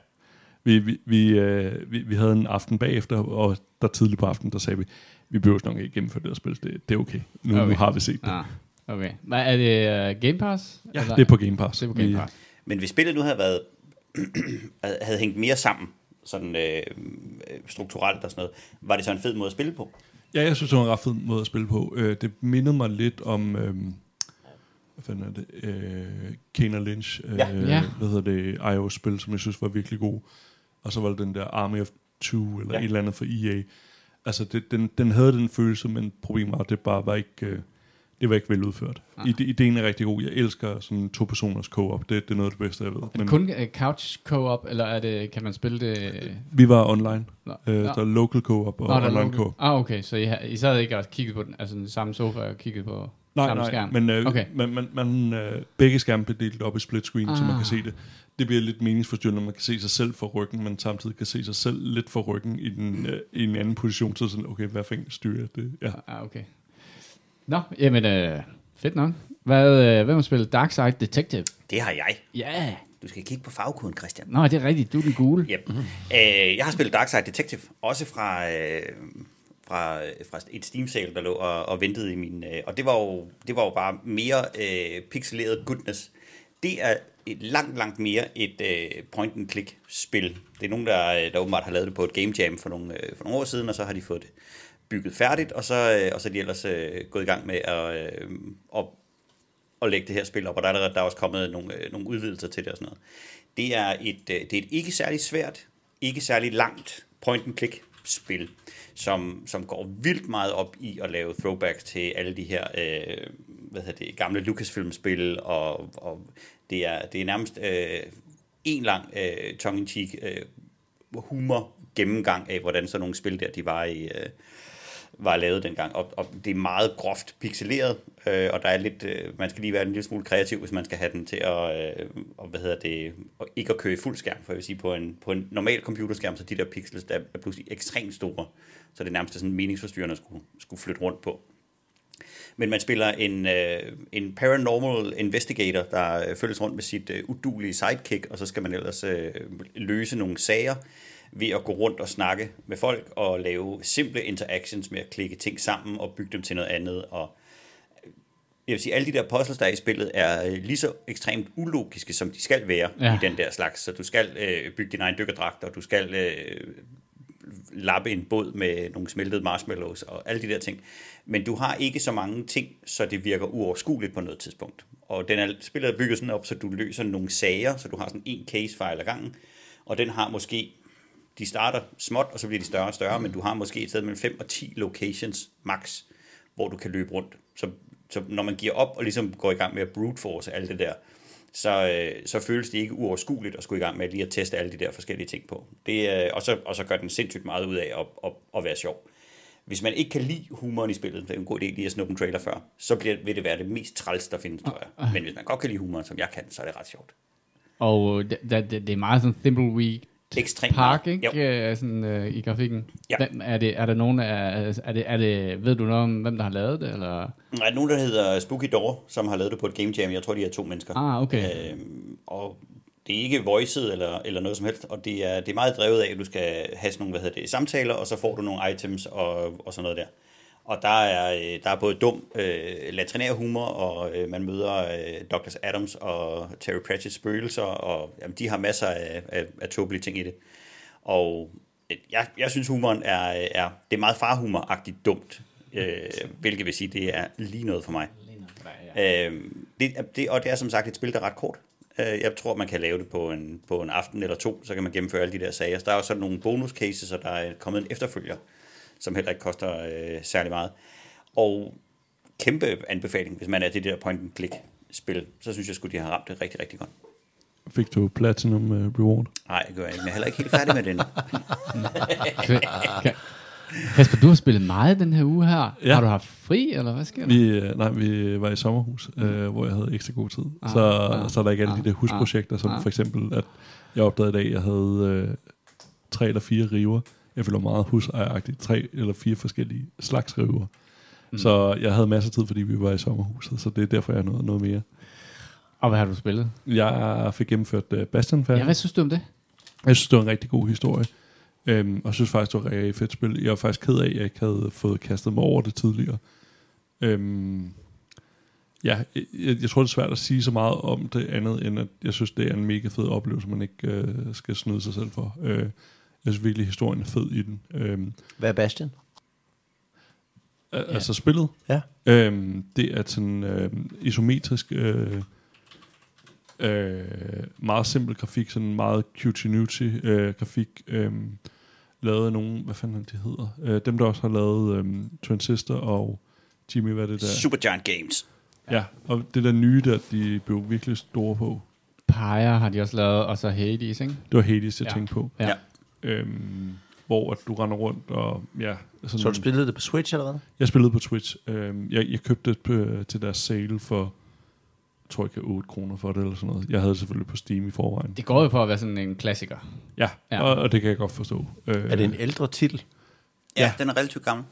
S4: Vi havde en aften bagefter, og der tidligt på aftenen, der sagde vi behøver nok ikke gennemføre det og spille. Det er okay. Nu har vi set det.
S1: Okay. Er det Game Pass?
S4: Ja,
S1: eller?
S4: det er på Game Pass.
S1: Det er på Game Pass.
S2: Men hvis spillet nu havde hængt mere sammen, sådan strukturelt og sådan noget, var det så en fed måde at spille på?
S4: Ja, jeg synes, det var en ret fed måde at spille på. Det mindede mig lidt om... hvad fanden er det? Kane Lynch. Hvad hedder det? iOS-spil, som jeg synes var virkelig god. Og så var det den der Army of Two, eller et eller andet for EA. Altså, den havde den følelse, men problemet var, at det bare var ikke... det var ikke vel udført. Ideen er rigtig god. Jeg elsker sådan 2-personers co-op. Det er noget af det bedste, jeg ved.
S1: Er det kun couch co-op, eller kan man spille det...
S4: Vi var online. Der er local co-op og online co-op.
S1: Okay. Så I sad ikke og kigget på den samme sofa og kigget på samme skærm?
S4: Men begge skærme bliver delt op i split screen, så man kan se det. Det bliver lidt meningsforstyrrende, når man kan se sig selv for ryggen, men samtidig kan se sig selv lidt for ryggen i en anden position. Så sådan, okay, hvad fanden styrer det? Ja.
S1: Okay. Nå, jamen, fedt nok. Hvem har spillet Darkside Detective?
S2: Det har jeg.
S1: Ja. Yeah.
S2: Du skal kigge på farvekoden, Christian.
S1: Nå, det er rigtigt. Du er den gule.
S2: Yep. Jeg har spillet Darkside Detective, også fra et Steam-sale, der lå og ventede i min... og det var jo bare mere pixeleret goodness. Det er langt mere et point-and-click-spil. Det er nogen, der åbenbart har lavet det på et game jam for nogle år siden, og så har de fået det bygget færdigt, og så er de ellers gået i gang med at lægge det her spil op, og der er også kommet nogle udvidelser til det og sådan noget. Det er et ikke særlig svært, ikke særlig langt point-and-click-spil, som går vildt meget op i at lave throwbacks til alle de her gamle Lucasfilm-spil, og det er nærmest en lang tongue-in-cheek humor gennemgang af, hvordan sådan nogle spil der, de var lavet dengang, og det er meget groft pixeleret, og der er lidt, man skal lige være en lille smule kreativ, hvis man skal have den til at ikke at køre i fuld skærm, for jeg vil sige, på en normal computerskærm, så de der pixels, der er pludselig ekstremt store, så det er nærmest sådan meningsforstyrrende at skulle flytte rundt på. Men man spiller en paranormal investigator, der følges rundt med sit uduelige sidekick, og så skal man ellers løse nogle sager ved at gå rundt og snakke med folk og lave simple interactions med at klikke ting sammen og bygge dem til noget andet. Og jeg vil sige, alle de der puzzles, der er i spillet, er lige så ekstremt ulogiske, som de skal være i den der slags. Så du skal bygge din egen dykkerdragt, og du skal lappe en båd med nogle smeltede marshmallows og alle de der ting. Men du har ikke så mange ting, så det virker uoverskueligt på noget tidspunkt. Og spillet er bygget sådan op, så du løser nogle sager, så du har sådan en case-file ad gangen, og den har måske, de starter småt, og så bliver de større og større, men du har måske et sted mellem 5 og 10 locations max, hvor du kan løbe rundt. Så når man giver op og ligesom går i gang med at brute force alt det der, så føles det ikke uoverskueligt at skulle i gang med lige at teste alle de der forskellige ting på. Og så gør den sindssygt meget ud af at være sjov. Hvis man ikke kan lide humoren i spillet, det er en god idé lige at snuppe en trailer før, så vil det være det mest træls, der findes, tror jeg. Men hvis man godt kan lide humoren, som jeg kan, så er det ret sjovt. Og
S1: det er meget sådan Thimbleweed
S2: ekstremt
S1: Park, ikke? Sådan, i grafikken. Ja. Er der nogen ved du noget om, hvem der har lavet det? Eller?
S2: Der er nogen, der hedder Spooky Door, som har lavet det på et game jam. Jeg tror, de er 2 mennesker.
S1: Okay.
S2: Og det er ikke voiced eller noget som helst, og det er meget drevet af, at du skal have sådan nogle, samtaler, og så får du nogle items og sådan noget der. Og der er både dum latrinær humor, og man møder Douglas Adams og Terry Pratchett's spøgelser, og jamen, de har masser af tåbelige ting i det. Og jeg synes humoren det er meget farhumor-agtigt dumt, hvilket vil sige, det er lige noget for mig. Og det er som sagt et spil, der er ret kort. Jeg tror, man kan lave det på en aften eller 2, så kan man gennemføre alle de der sager. Så der er jo sådan nogle bonus cases, og der er kommet en efterfølger, som heller ikke koster særlig meget. Og kæmpe anbefaling, hvis man er det der point-and-click-spil, så synes jeg skulle de har ramt det rigtig, rigtig godt.
S4: Fik du Platinum Reward?
S2: Nej, det gør jeg ikke. Jeg er heller ikke helt færdig med den.
S1: Kasper, du har spillet meget den her uge her. Ja. Har du haft fri, eller hvad sker der?
S4: Vi var i sommerhus, hvor jeg havde ekstra god tid. Så er der ikke alle de der husprojekter, som for eksempel, at jeg opdagede i dag, at jeg havde 3 eller 4 river. Jeg føler meget husejeragtigt. 3 eller 4 forskellige slags river. Så jeg havde masser af tid, fordi vi var i sommerhuset, så det er derfor, jeg nåede noget mere.
S1: Og hvad har du spillet?
S4: Jeg fik gennemført Bastion færdig.
S1: Ja, hvad synes du om det? Jeg
S4: synes, det var en rigtig god historie. Og jeg synes faktisk, det var et rigtig fedt spil. Jeg var faktisk ked af, at jeg ikke havde fået kastet mig over det tidligere. Jeg tror, det er svært at sige så meget om det andet, end at jeg synes, det er en mega fed oplevelse, man ikke skal snyde sig selv for. Jeg synes virkelig, historien er fed i den.
S3: Hvad er Bastion?
S4: Altså spillet?
S3: Ja.
S4: Det er sådan isometrisk, meget simpel grafik, sådan meget cutie-nutie grafik, lavet af nogen, hvad fanden de hedder? Dem, der også har lavet Transistor og Jimmy, hvad er det der?
S2: Supergiant Games.
S4: Ja, og det der nye der, de blev virkelig store på.
S1: Pyre har de også lavet, og så Hades, ikke?
S4: Det var Hades, jeg tænkte på.
S2: Ja.
S4: Hvor at du render rundt og sådan.
S3: Så du spillede det på Switch eller hvad?
S4: Jeg spillede på Switch. Jeg købte det til deres sale for, tror jeg, 8 kroner for det eller sådan noget. Jeg havde selvfølgelig på Steam i forvejen.
S1: Det går jo for at være sådan en klassiker.
S4: Ja. Og det kan jeg godt forstå.
S3: Er det en ældre titel?
S2: Ja, den er relativt gammel.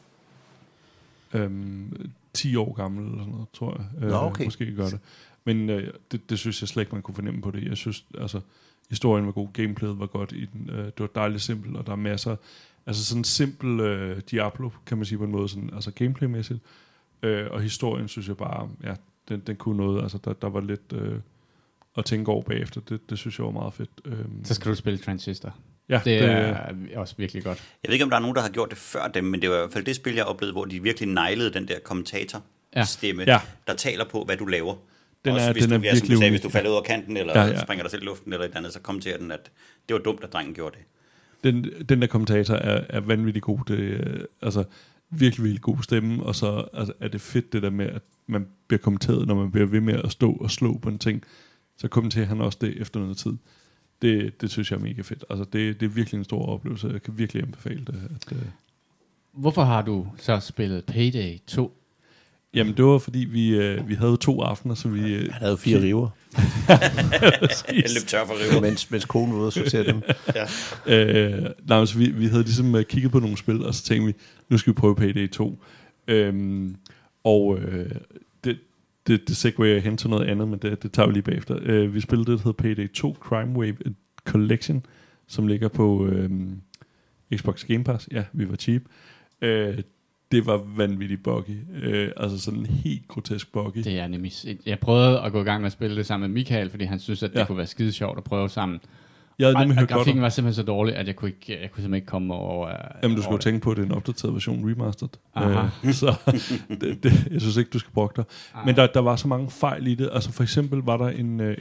S4: 10 år gammel eller sådan noget, tror jeg.
S3: Okay.
S4: Måske gør det. Men det synes jeg slet ikke, man kunne fornemme på det. Jeg synes, altså, historien var god, gameplayet var godt i den. Det var dejligt simpelt, og der er masser, altså sådan simpel Diablo, kan man sige på en måde, sådan, altså gameplaymæssigt. Og historien, synes jeg bare, ja, den kunne noget, altså der var lidt at tænke over bagefter. Det synes jeg var meget fedt.
S1: Så skal du spille Transistor.
S4: Ja,
S1: det er også virkelig godt.
S2: Jeg ved ikke, om der er nogen, der har gjort det før dem, men det var i hvert fald det spil, jeg oplevede, hvor de virkelig neglede den der kommentator-stemme, der taler på, hvad du laver.
S4: Den
S2: også
S4: er,
S2: hvis,
S4: den er virkelig
S2: sagde, hvis du falder ud af kanten, eller springer dig selv i luften, eller et andet, så kommenterer den, at det var dumt, at drengen gjorde det.
S4: Den der kommentator er vanvittig god. Det altså virkelig, virkelig god stemme, og så altså, er det fedt det der med, at man bliver kommenteret, når man bliver ved med at stå og slå på en ting, så kommenterer han også det efter noget tid. Det synes jeg er mega fedt. Altså, det er virkelig en stor oplevelse. Jeg kan virkelig anbefale det.
S1: Hvorfor har du så spillet Payday 2?
S4: Jamen, det var fordi, vi havde 2 aftener, så vi...
S3: Han havde 4 river.
S2: Jeg løb tør for river.
S3: Mens konen var ude og sortere dem.
S4: Så vi havde ligesom kigget på nogle spil, og så tænkte vi, nu skal vi prøve Payday 2. Og det segwayer hen til noget andet, men det tager vi lige bagefter. Vi spillede det, der hedder Payday 2 Crime Wave Collection, som ligger på Xbox Game Pass. Ja, vi var cheap. Det var vanvittigt buggy. Altså sådan helt grotesk buggy.
S1: Det er nemlig... Jeg prøvede at gå i gang med at spille det sammen med Michael, fordi han synes, at det kunne være skide sjovt at prøve sammen. Og grafikken var simpelthen så dårlig, at jeg kunne simpelthen ikke komme over...
S4: Jamen, du skulle tænke på, at det er en opdateret version, remastered. Så jeg synes ikke, du skal brokke dig. Men der var så mange fejl i det. Altså for eksempel var der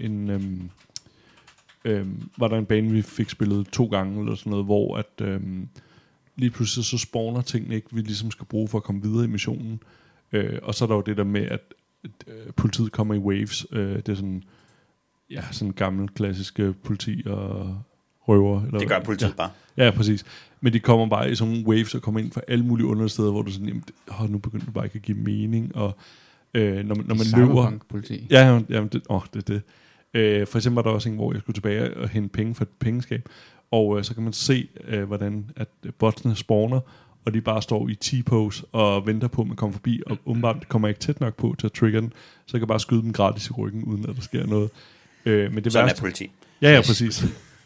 S4: en bane, vi fik spillet 2 gange, eller sådan noget, hvor at... lige pludselig så spawner tingene ikke, vi ligesom skal bruge for at komme videre i missionen. Og så er der jo det der med, at politiet kommer i waves. Det er sådan... Ja, sådan gammel, klassiske politi og røver. Eller,
S2: det gør politiet bare.
S4: Ja, præcis. Men de kommer bare i sådan nogle waves og kommer ind fra alle mulige understeder, hvor du sådan, jamen, nu begynder det bare ikke at give mening. Og når man løber...
S1: politi.
S4: Ja, jamen, det er det. For eksempel var der også en, hvor jeg skulle tilbage og hente penge fra et pengeskab. Og så kan man se, hvordan at botsene spawner, og de bare står i T-pose og venter på, at man kommer forbi, og umiddelbart kommer ikke tæt nok på til at trigger den, så jeg kan bare skyde dem gratis i ryggen, uden at der sker noget. Men det
S2: sådan er politi.
S4: Ja, præcis.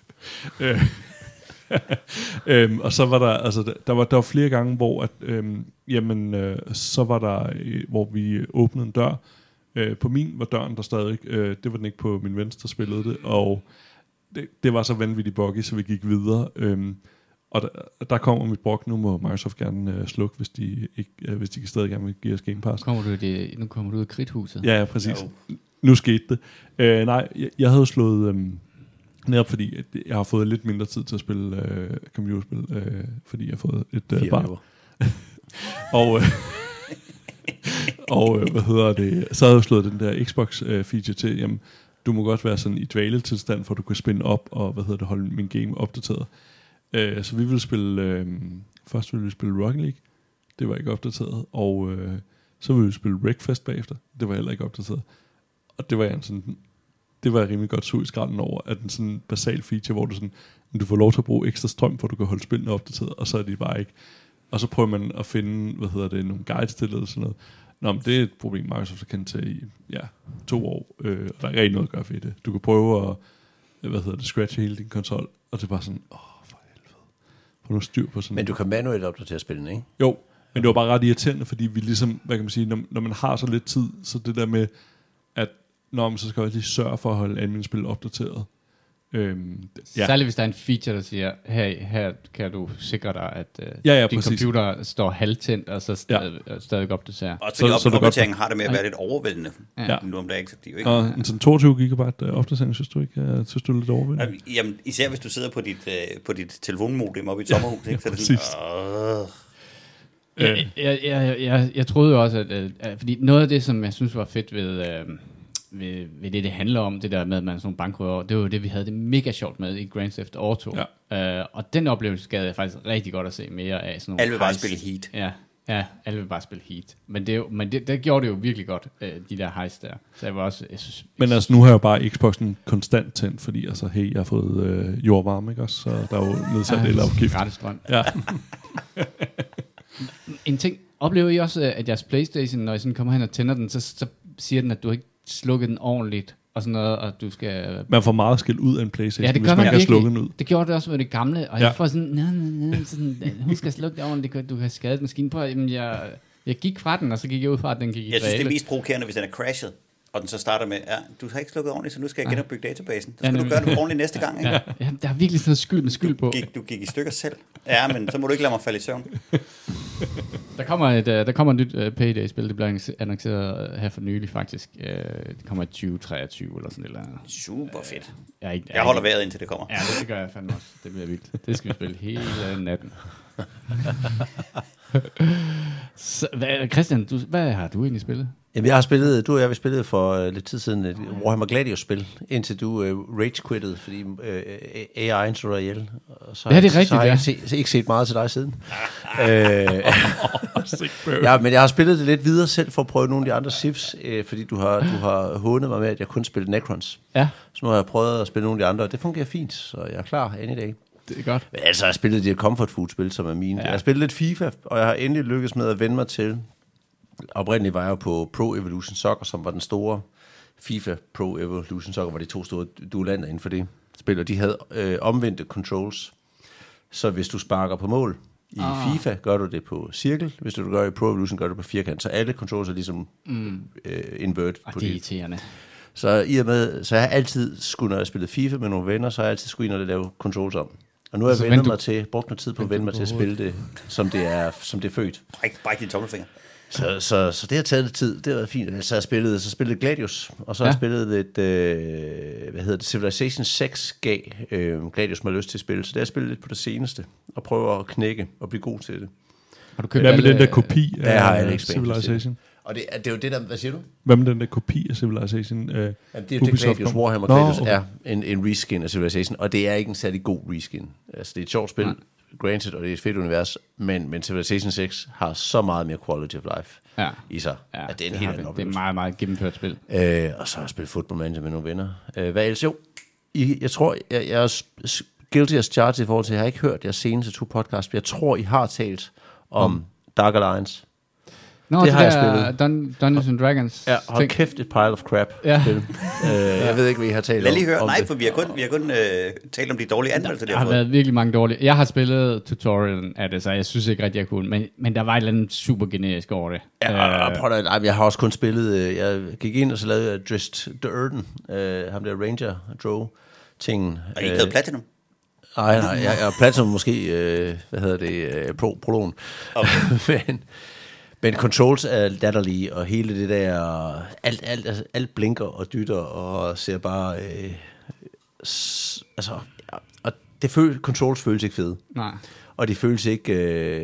S4: Og så var der, altså der var flere gange, hvor at, så var der, hvor vi åbnede en dør. På min var døren der stadig, det var den ikke på min venstre, spillede det, og det var så vanvittigt buggy, så vi gik videre. Og der kommer mit brok. Nu må Microsoft gerne slukke, hvis de stadig gerne vil give os Game Pass.
S1: Nu kommer du ud af kridthuset.
S4: Ja, præcis. Jo. Nu skete det. Nej, jeg havde slået netop fordi, at jeg har fået lidt mindre tid til at spille computerspil, fordi jeg har fået et barn. og hvad hedder det? Så havde jeg slået den der Xbox feature til, jamen, du må godt være sådan i dvaletilstand, for du kan spænde op og holde min game opdateret. Så vi ville spille, først ville vi spille Rocket League, det var ikke opdateret, og så ville vi spille Wreckfest bagefter, det var heller ikke opdateret. Og det var jeg rimelig godt sur i skralden over, at en sådan basal feature, hvor du får lov til at bruge ekstra strøm, for du kan holde spillene opdateret, og så er de bare ikke. Og så prøver man at finde, nogle guides til det, eller sådan noget. Nå, men det er et problem, Microsoft har kendt til i 2 år, og der er ikke rigtig noget at gøre for det. Du kan prøve at, scratche hele din konsol, og det er bare sådan, for helvede. Få nu styr på sådan.
S3: Men du kan manuelt opdatere spillene, ikke?
S4: Jo, men det var bare ret irriterende, fordi vi ligesom, hvad kan man sige, når man har så lidt tid, så det der med, at så skal jeg lige sørge for at holde anmeldespil opdateret.
S1: Særligt hvis der er en feature, der siger, her kan du sikre dig, at din
S4: præcis.
S1: computer står halvtændt, og så stadig opdaterer.
S2: Og så opdateringen har det med at være lidt overvældende. Nu om dagen, så det er jo ikke...
S4: Og en sådan 22 gigabyte opdatering, synes du ikke? Synes du er lidt overvældende?
S2: Jamen, især hvis du sidder på dit telefonmodem oppe i et sommerhus, ikke? Så er det sådan...
S1: Jeg troede jo også, at fordi noget af det, som jeg synes var fedt ved det handler om, det der med, at man er sådan nogle bankrøver, det var jo det, vi havde det mega sjovt med i Grand Theft Auto. Ja. Og den oplevelse gad jeg faktisk rigtig godt at se mere af. Sådan nogle
S2: alle vil bare spille Heat.
S1: Ja, alle vil bare spille Heat. Men det gjorde det jo virkelig godt, de der heist der. Så jeg var også...
S4: Men altså, nu har jeg bare Xboxen konstant tændt, fordi altså, jeg har fået jordvarme, ikke også? Så der er jo nedsat elafgift.
S1: Gratis strøm.
S4: Ja.
S1: En ting, oplever I også, at jeres PlayStation, når I sådan kommer hen og tænder den, så siger den, at du ikke slukket den ordentligt, og sådan noget, og du skal...
S4: Man får meget skæld ud af en PlayStation,
S1: hvis
S4: man kan slukke den ud.
S1: Det gjorde det også med det gamle, og jeg får sådan, hun skal slukke det ordentligt, du kan skade maskinen på, jamen jeg gik fra den, og så gik jeg ud fra, at den gik i
S2: Jeg synes, det er mest provokerende, hvis den er crashet, og den så starter med, du har ikke slukket ordentligt, så nu skal jeg genopbygge databasen. Så skal du gøre det ordentligt næste gang, ikke?
S1: Ja, der er virkelig sådan noget skyld på.
S2: Du gik i stykker selv. Ja, men så må du ikke lade mig falde i søvn.
S1: Der kommer et nyt Payday-spil, det bliver annonceret her for nylig faktisk. Det kommer i 2023 eller sådan et eller andet.
S2: Super fedt.
S1: Jeg
S2: holder vejret indtil det kommer.
S1: Ja, det gør jeg fandme også. Det bliver vildt. Det skal vi spille hele natten. Så, Christian, hvad har du egentlig spillet?
S3: Jamen, jeg har spillet, du og jeg har spillet for lidt tid siden et Warhammer Gladius-spil, indtil du rage-quittede, fordi AI'en slog dig ihjel. Så
S1: det er rigtigt,
S3: så har jeg ikke set meget til dig siden. Ja, men jeg har spillet det lidt videre selv for at prøve nogle af de andre civs, fordi du har hånet mig med, at jeg kun spillede Necrons.
S1: Ja.
S3: Så nu har jeg prøvet at spille nogle af de andre, og det fungerer fint, så jeg er klar any day.
S1: Det er godt.
S3: Men altså, jeg har spillet de comfort food-spil, som er mine. Ja. Jeg har spillet lidt FIFA, og jeg har endelig lykkes med at vende mig til oprindeligt var jeg på Pro Evolution Soccer, som var den store FIFA Pro Evolution Soccer, var de 2 store duellander inden for det spil, og de havde omvendte controls. Så hvis du sparker på mål i FIFA, gør du det på cirkel. Hvis du gør i Pro Evolution, gør du det på firkant. Så alle controls er ligesom invert på
S1: det. Irriterende.
S3: Så i og med, så jeg har altid skulle, når jeg spillede FIFA med nogle venner, så har jeg altid skulle ind og lave controls om. Og nu har jeg brugt noget tid på at vende mig til at spille det, som det er født.
S2: Bræk din tommelfinger.
S3: Så det har taget lidt tid. Det har været fint. Så jeg spillede Gladius, og så har jeg spillet et, Civilization 6 gav Gladius mig lyst til at spille. Så det har jeg spillet lidt på det seneste, og prøver at knække og blive god til det.
S1: Har du købt
S4: hvad med den der kopi af
S3: Civilization? Og det er jo det der, hvad siger du?
S4: Hvad med den der kopi af Civilization?
S3: Det er Gladius, Warhammer Gladius er en reskin af Civilization, og det er ikke en særlig god reskin. Altså, det er et sjovt spil, granted, og det er et fedt univers, men Civilization 6 har så meget mere quality of life i sig, at det er en helt anden oplevelse.
S1: Det er meget, meget gennemført spil.
S3: Og så har jeg spillet Football Manager med nogle venner. Hvad ellers? Jo, jeg tror, jeg er guilty as charged i forhold til, jeg har ikke hørt jeres seneste 2 podcasts, men jeg tror, I har talt om Dark Alliance.
S1: Det har jeg spillet. Dungeons and Dragons.
S3: Ja, hold kæft, et pile of crap.
S1: Ja.
S3: Jeg ved ikke, hvad I har talt om.
S2: Lad lige høre. Nej, for vi har kun talt om de dårlige anmeldelser,
S1: der har været virkelig mange dårlige. Jeg har spillet tutorialen af det, så jeg synes ikke rigtig, jeg kunne. Men der var et eller andet super generisk over det.
S3: Jeg har også kun spillet... Jeg gik ind, og så lavede jeg Drist Durden. Ham der Ranger Drow-tingen.
S2: Og I lavede Platinum?
S3: Nej, jeg Platinum måske... Prologen. Okay. Men controls er latterlige, og hele det der, alt blinker og dytter, og ser bare, og controls føles ikke fede.
S1: Nej.
S3: Og det føles ikke,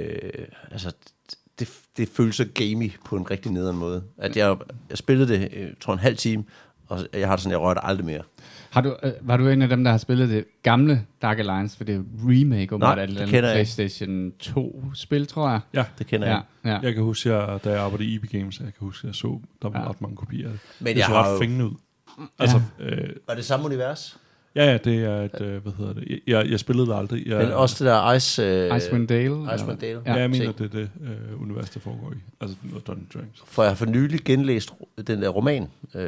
S3: det føles så gamey på en rigtig nederen måde. At jeg spillede det, tror en halv time, og jeg har det sådan, jeg rørte aldrig mere.
S1: Var du en af dem, der har spillet det gamle Dark Alliance, for det er remake,
S3: Nej, det kender jeg.
S1: PlayStation 2-spil, tror jeg.
S4: Ja,
S3: det kender jeg.
S1: Ja.
S4: Jeg kan huske, da jeg arbejdede i EB Games, jeg kan huske, jeg så, der var ret mange kopier af det.
S3: Men
S4: det så ret fængende ud. Altså,
S3: var det samme univers?
S4: Ja, det er et, jeg spillede det aldrig.
S3: Men også det der
S1: Icewind Dale?
S3: Icewind Dale.
S4: Ja, jeg mener, det er det univers, der foregår i. Altså noget Dungeons & Dragons.
S3: For jeg har for nylig genlæst den der roman,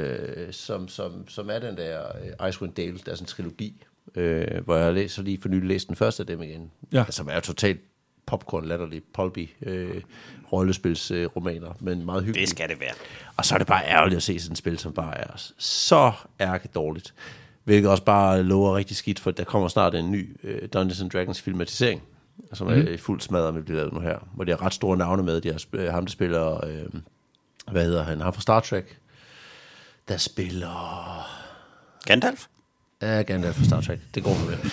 S3: som er den der Icewind Dale, der er sådan en trilogi, hvor jeg så lige for nylig læst den første af dem igen.
S4: Ja.
S3: Som er totalt popcorn, latterlig, pulpy rollespilsromaner, men meget hyggeligt.
S2: Det skal det være.
S3: Og så er det bare ærgerligt at se sådan et spil, som bare er så dårligt. Hvilket også bare lover rigtig skidt, for der kommer snart en ny Dungeons & Dragons filmatisering, som er i fuld smadret med at blive lavet nu her, hvor de har ret store navne med. De har ham, der spiller, hvad hedder han? Ham fra Star Trek, der spiller...
S2: Gandalf?
S3: Ja, Gandalf fra Star Trek. Det går med.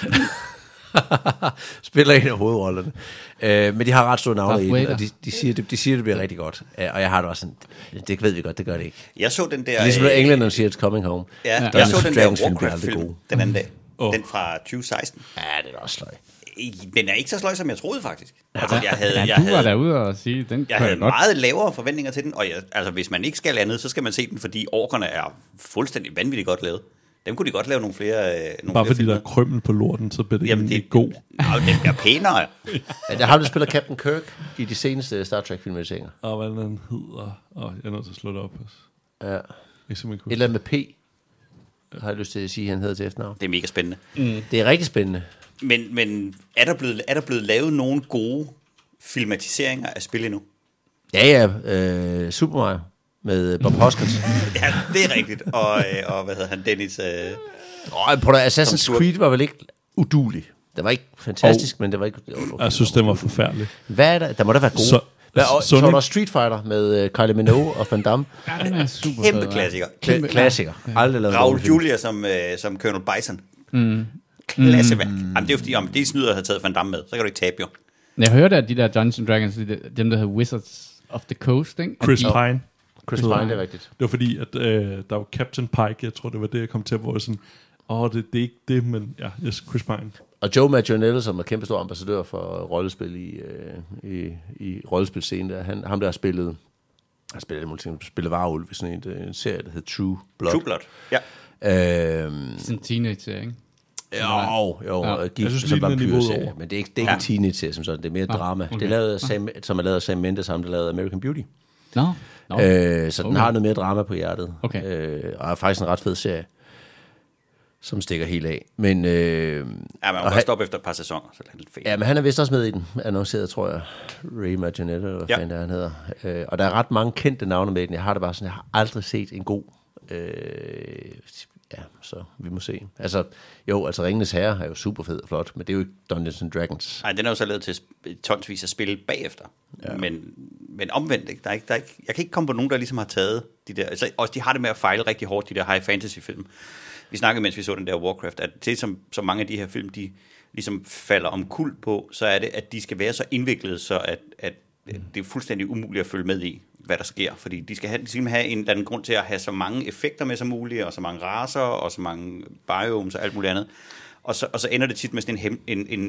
S3: Spiller en af hovedrollerne. Men de har ret store navne i den, og de siger, det bliver rigtig godt. Og jeg har det også sådan, det ved vi godt, det gør det ikke.
S2: Jeg så den der...
S3: Ligesom englænderne siger, it's coming home.
S2: Ja, jeg så den der Warcraft-film den anden dag. Den fra 2016.
S3: Ja, det er også sløj.
S2: Den er ikke så sløj, som jeg troede, faktisk.
S1: Altså, du var derude og sige, den
S2: jeg havde meget lavere forventninger til den, og hvis man ikke skal andet, så skal man se den, fordi orkerne er fuldstændig vanvittigt godt lavet. Dem kunne de godt lave nogle flere
S4: bare fordi der er krømmel på lorten, så bliver det ikke god.
S2: Ja, den bliver pænere.
S3: Jeg har spillet Captain Kirk i de seneste Star Trek-filmatiseringer.
S4: Og hvad den hedder... jeg er nødt til at slå det op.
S3: Ja. Et eller andet med P, har jeg lyst til at sige, han hedder til efternavn.
S2: Det er mega spændende.
S3: Det er rigtig spændende.
S2: Men er der blevet lavet nogle gode filmatiseringer af spil endnu?
S3: Ja, Super Mario med Bob Hoskins.
S2: Ja, det er rigtigt. Og hvad hedder han, Dennis?
S3: Assassin's Creed var vel ikke uduelig. Det var ikke fantastisk, men det var ikke...
S4: Jeg synes, det var forfærdeligt.
S3: Hvad er der? Der må da være gode. Så var der Street Fighter med Kylie Minogue og Van Damme.
S1: Ja, den er super
S2: kæmpe klassiker.
S3: Klassiker. Aldrig lavet
S2: Raul Julia som Colonel Bison. Klasseværk. Jamen, det er jo fordi, om det snyder at have taget Van Damme med, så kan du ikke tabe jo.
S1: Jeg hørte, at de der Dungeons & Dragons, dem der hedder Wizards of the Coast, ikke?
S4: Chris Pine.
S3: Chris Pine, det er rigtigt. Det
S4: var fordi, at der var Captain Pike, jeg tror, det var det, jeg kom til, hvor jeg sådan, det er ikke det, men ja, yes, Chris Pine.
S3: Og Joe Manganiello, som er kæmpe stor ambassadør for rollespil i rollespilscenen, ham der har spillet Varulv i sådan en serie, der hedder True Blood.
S2: True Blood, ja.
S1: Sådan en teenage-serie, ikke?
S3: Jo, gift som vampyrserie, men det er ikke en teenage-serie som sådan, det er mere drama. Det er lavet som er lavet af Sam Mendes, ham der lavede American Beauty. Så den har noget mere drama på hjertet.
S1: Okay.
S3: Og er faktisk en ret fed serie, som stikker helt af. Men,
S2: man må godt stoppe efter et par sæsoner, så det er lidt fedt.
S3: Ja, men han er vist også med i den, annonceret, tror jeg. Ray Marginetta, eller hvad fanden han hedder. Og der er ret mange kendte navne med i den. Jeg har det bare sådan, jeg har aldrig set en god... så vi må se. Altså Ringenes Herre er jo super fed og flot, men det er jo ikke Dungeons and Dragons.
S2: Nej, den er jo så lavet til tonsvis at spille bagefter. Ja. Men omvendt, ikke? Der er ikke, jeg kan ikke komme på nogen, der ligesom har taget de der... Altså, også de har det med at fejle rigtig hårdt, de der high fantasy film. Vi snakkede, mens vi så den der Warcraft, at det, som mange af de her film, de ligesom falder omkuld på, så er det, at de skal være så indviklede, så at det er fuldstændig umuligt at følge med i, hvad der sker. Fordi de skal have en eller anden grund til at have så mange effekter med som muligt, og så mange racer, og så mange biomes og alt muligt andet. Og så ender det tit med sådan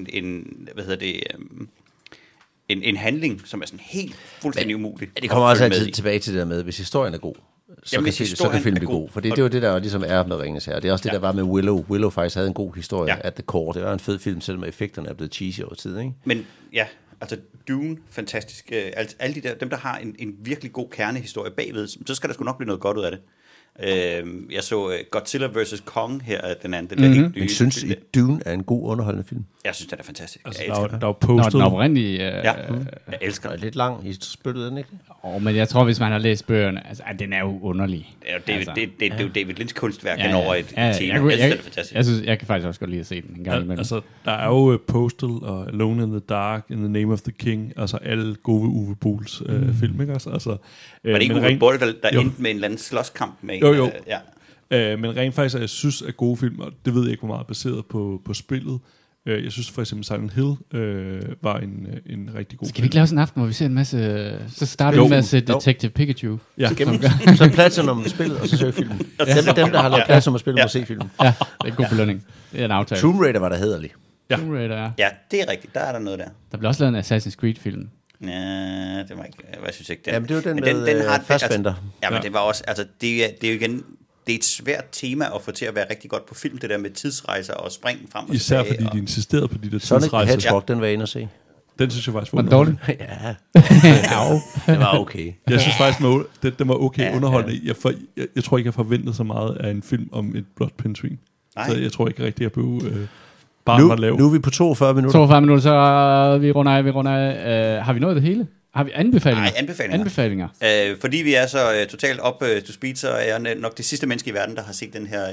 S2: en handling, som er sådan helt fuldstændig umulig.
S3: Det kommer også altid tilbage til det der med, hvis historien er god, så kan filmen blive god. For det er jo det, der ligesom er med Ringenes Herre. Det er også det, der var med Willow. Willow faktisk havde en god historie at the core. Det var en fed film, selvom effekterne er blevet cheesy over tid, ikke?
S2: Men ja, altså Dune, fantastisk. Alle de der, dem der har en virkelig god kernehistorie bagved, så skal der sgu nok blive noget godt ud af det. Jeg så Godzilla vs. Kong her, den anden.
S3: Men synes I, Dune er en god underholdende film?
S2: Jeg synes, den er fantastisk.
S4: Altså, der er postet.
S1: Den oprindelige...
S2: Jeg elsker den.
S3: Lidt lang i spyttet, den ikke?
S1: Men jeg tror, hvis man har læst bøgerne, altså, den er jo underlig.
S2: Det er jo David Lynch kunstværk over et tema.
S1: Jeg synes, jeg kan faktisk også godt lide at se den en gang imellem.
S4: Altså, der er jo Postal og Alone in the Dark, In the Name of the King, altså alle gode Uwe Bolls film, ikke? Altså,
S2: var det ikke Uwe Boll, der endte med en eller anden slåskamp med en?
S4: Jo. Men rent faktisk, jeg synes, at gode film, og det ved jeg ikke, hvor meget baseret på spillet. Jeg synes for eksempel Silent Hill var en rigtig god film.
S1: Skal vi ikke lave sådan en aften, hvor vi ser en masse... Så starter vi med at se Detective Pikachu.
S3: Ja. Så Platinum spillet, og så ser filmen. Dem, der har lavet Platinum spillet, må se filmen.
S1: Ja, det er en god belønning. Det er en aftale.
S3: Tomb Raider var der hæderlig.
S1: Tomb Raider, ja.
S2: Ja, det er rigtigt. Der er der noget der.
S1: Der blev også lavet en Assassin's Creed-film.
S2: Ja, det var ikke... Jeg synes ikke, den...
S3: Jamen, det var den med Fassbender.
S2: Ja, men det var også... Altså, det er jo igen... Det er et svært tema at få til at være rigtig godt på film, det der med tidsrejser og spring frem og
S4: især
S2: tilbage.
S4: Fordi de insisterede på de der
S3: tidsrejser.
S4: Sonic
S3: Hedgehog, den var jeg inde at se.
S4: Den synes jeg faktisk
S1: var dårlig.
S3: Ja. Det var okay.
S4: Jeg synes faktisk, den var okay underholdende. Jeg tror ikke, jeg forventede så meget af en film om et blåt pindsvin. Så jeg tror ikke rigtig, jeg blev
S3: nu er vi på 42 minutter.
S1: 42 minutter, så vi runder af. Har vi nået det hele? Har vi anbefalinger?
S2: Nej, anbefalinger. Fordi vi er så totalt up to speed, så er jeg nok det sidste menneske i verden, der har set den her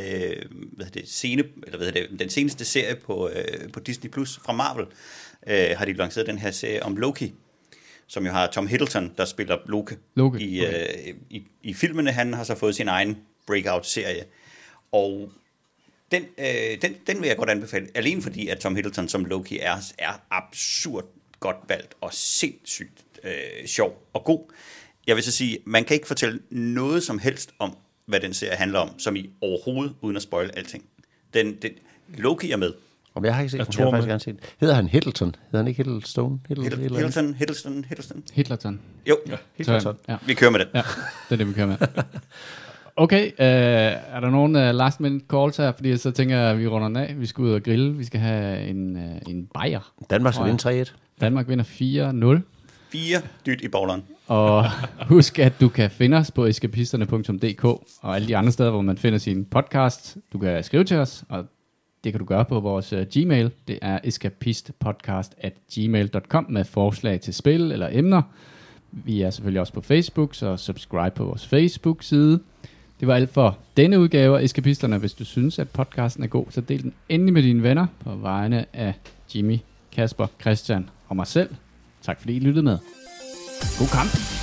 S2: den seneste serie på Disney Plus fra Marvel. Har de lanceret den her serie om Loki, som jo har Tom Hiddleston, der spiller Loki. I filmene. Han har så fået sin egen breakout-serie. Og den vil jeg godt anbefale, alene fordi, at Tom Hiddleston som Loki er absurd godt valgt og sindssygt sjov og god. Jeg vil så sige, man kan ikke fortælle noget som helst om, hvad den serie handler om, som i overhovedet, uden at spoile alting. Loki er med.
S3: Og jeg har ikke set den. Jeg har faktisk gerne set den. Hedder han Hiddleston? Hedder han ikke Hiddleston?
S1: Hiddleston.
S2: Jo.
S3: Ja, Hiddleston.
S2: Ja. Vi kører med det.
S1: Ja, det er det, vi kører med. Okay, er der nogen last minute calls her? Fordi så tænker jeg, at vi runder den af. Vi skal ud og grille. Vi skal have en bajer.
S3: Danmark skal vinde 3-1.
S1: Danmark vinder 4-0.
S2: 4 dyt i bowleren.
S1: Og husk, at du kan finde os på eskapisterne.dk og alle de andre steder, hvor man finder sin podcast. Du kan skrive til os, og det kan du gøre på vores Gmail. Det er eskapistpodcast@gmail.com med forslag til spil eller emner. Vi er selvfølgelig også på Facebook, så subscribe på vores Facebook-side. Det var alt for denne udgave af Eskapisterne. Hvis du synes, at podcasten er god, så del den endelig med dine venner på vegne af Jimmy, Kasper, Christian og mig selv. Tak fordi I lyttede med. God kamp!